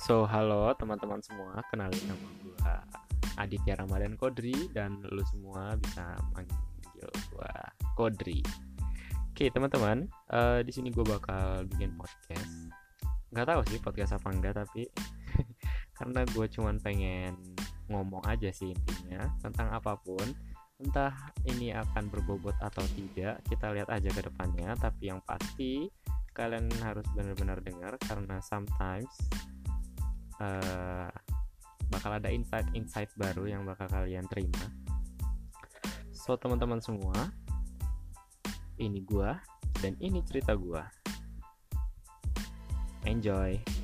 Halo teman-teman semua, kenalin nama gue Aditya Ramadan Kodri dan lu semua bisa manggil gue Kodri. Oke teman-teman, di sini gue bakal bikin podcast. Nggak tahu sih podcast apa enggak, tapi karena gue cuman pengen ngomong aja sih intinya tentang apapun. Entah ini akan berbobot atau tidak, kita lihat aja ke depannya. Tapi yang pasti kalian harus benar-benar dengar karena sometimes bakal ada insight baru yang bakal kalian terima. So teman-teman semua, ini gua dan ini cerita gua. Enjoy.